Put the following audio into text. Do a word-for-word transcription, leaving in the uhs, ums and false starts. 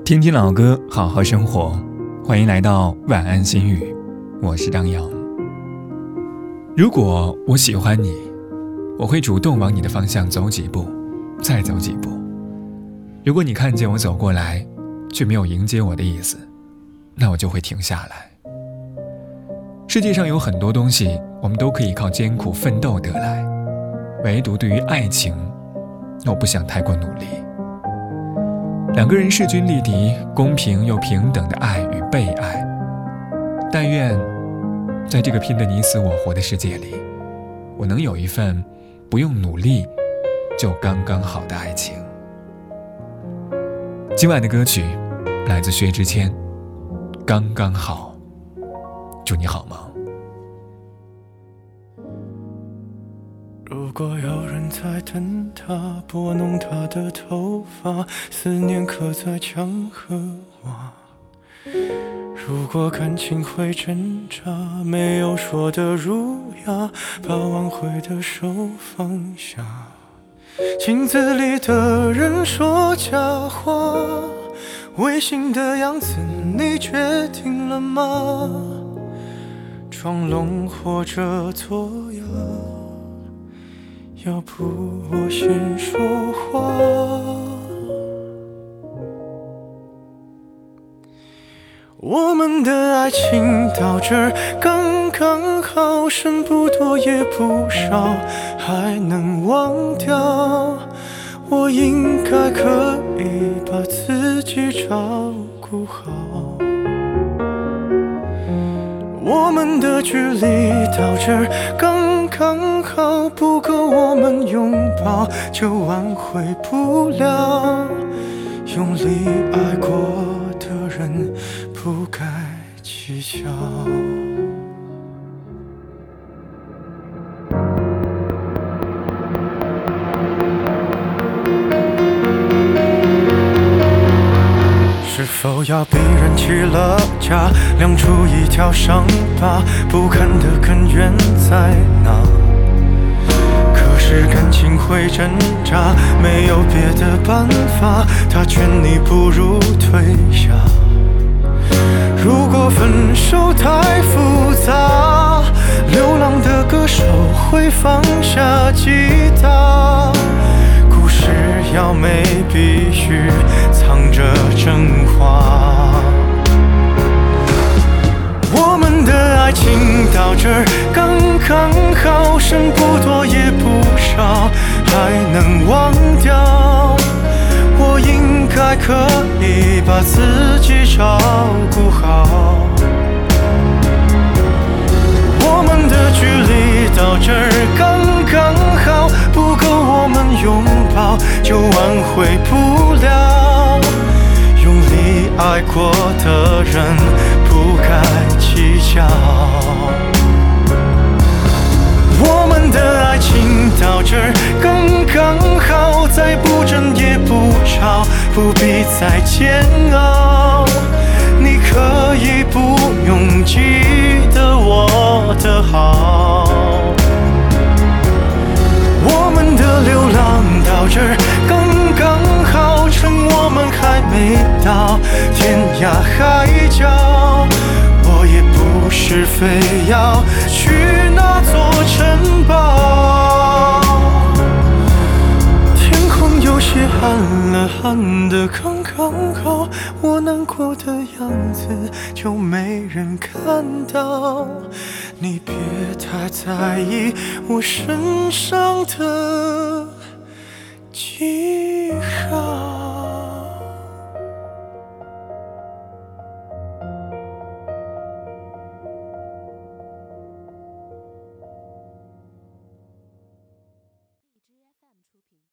听听老歌，好好生活。欢迎来到晚安心语，我是张扬。如果我喜欢你，我会主动往你的方向走几步，再走几步。如果你看见我走过来，却没有迎接我的意思，那我就会停下来。世界上有很多东西，我们都可以靠艰苦奋斗得来，唯独对于爱情，我不想太过努力。两个人势均力敌，公平又平等的爱与被爱，但愿在这个拼得你死我活的世界里，我能有一份不用努力就刚刚好的爱情。今晚的歌曲来自薛之谦，刚刚好。祝你好吗？ 如果有人在等他，拨弄他的头发，思念刻在墙和瓦。如果感情会挣扎，没有说的儒雅，把挽回的手放下。镜子里的人说假话，违心的样子你决定了吗？装聋或者作哑，要不我先说话。我们的爱情到这儿刚刚好，剩不多也不少，还能忘掉。我应该可以把自己照顾好。我们的距离到这儿刚刚好，不够我们拥抱，就挽回不了。用力爱过的人不该计较。是否要逼人起了家，亮出一条伤疤，不堪的根源在哪？可是感情会挣扎，没有别的办法，他劝你不如退下。如果分手太复杂，流浪的歌手会放下吉他。故事要美必须藏着真话。我们的爱情到这儿刚刚好，剩不多也不少，还能忘掉。我应该可以把自己照顾好。我们的距离到这儿刚刚好，不够我们拥抱，就挽回不了。用力爱过的人不该计较。我们的爱情到这儿刚刚好，再不争也不吵，不必再煎熬。你可以不用记得我的好。我们的流浪到这儿刚刚好，趁我们还没到天涯海角。我也不是非要去那座城堡。天空有些暗了，暗得刚刚好，我难过的样子就没人看到。你别太在意我身上的记忆。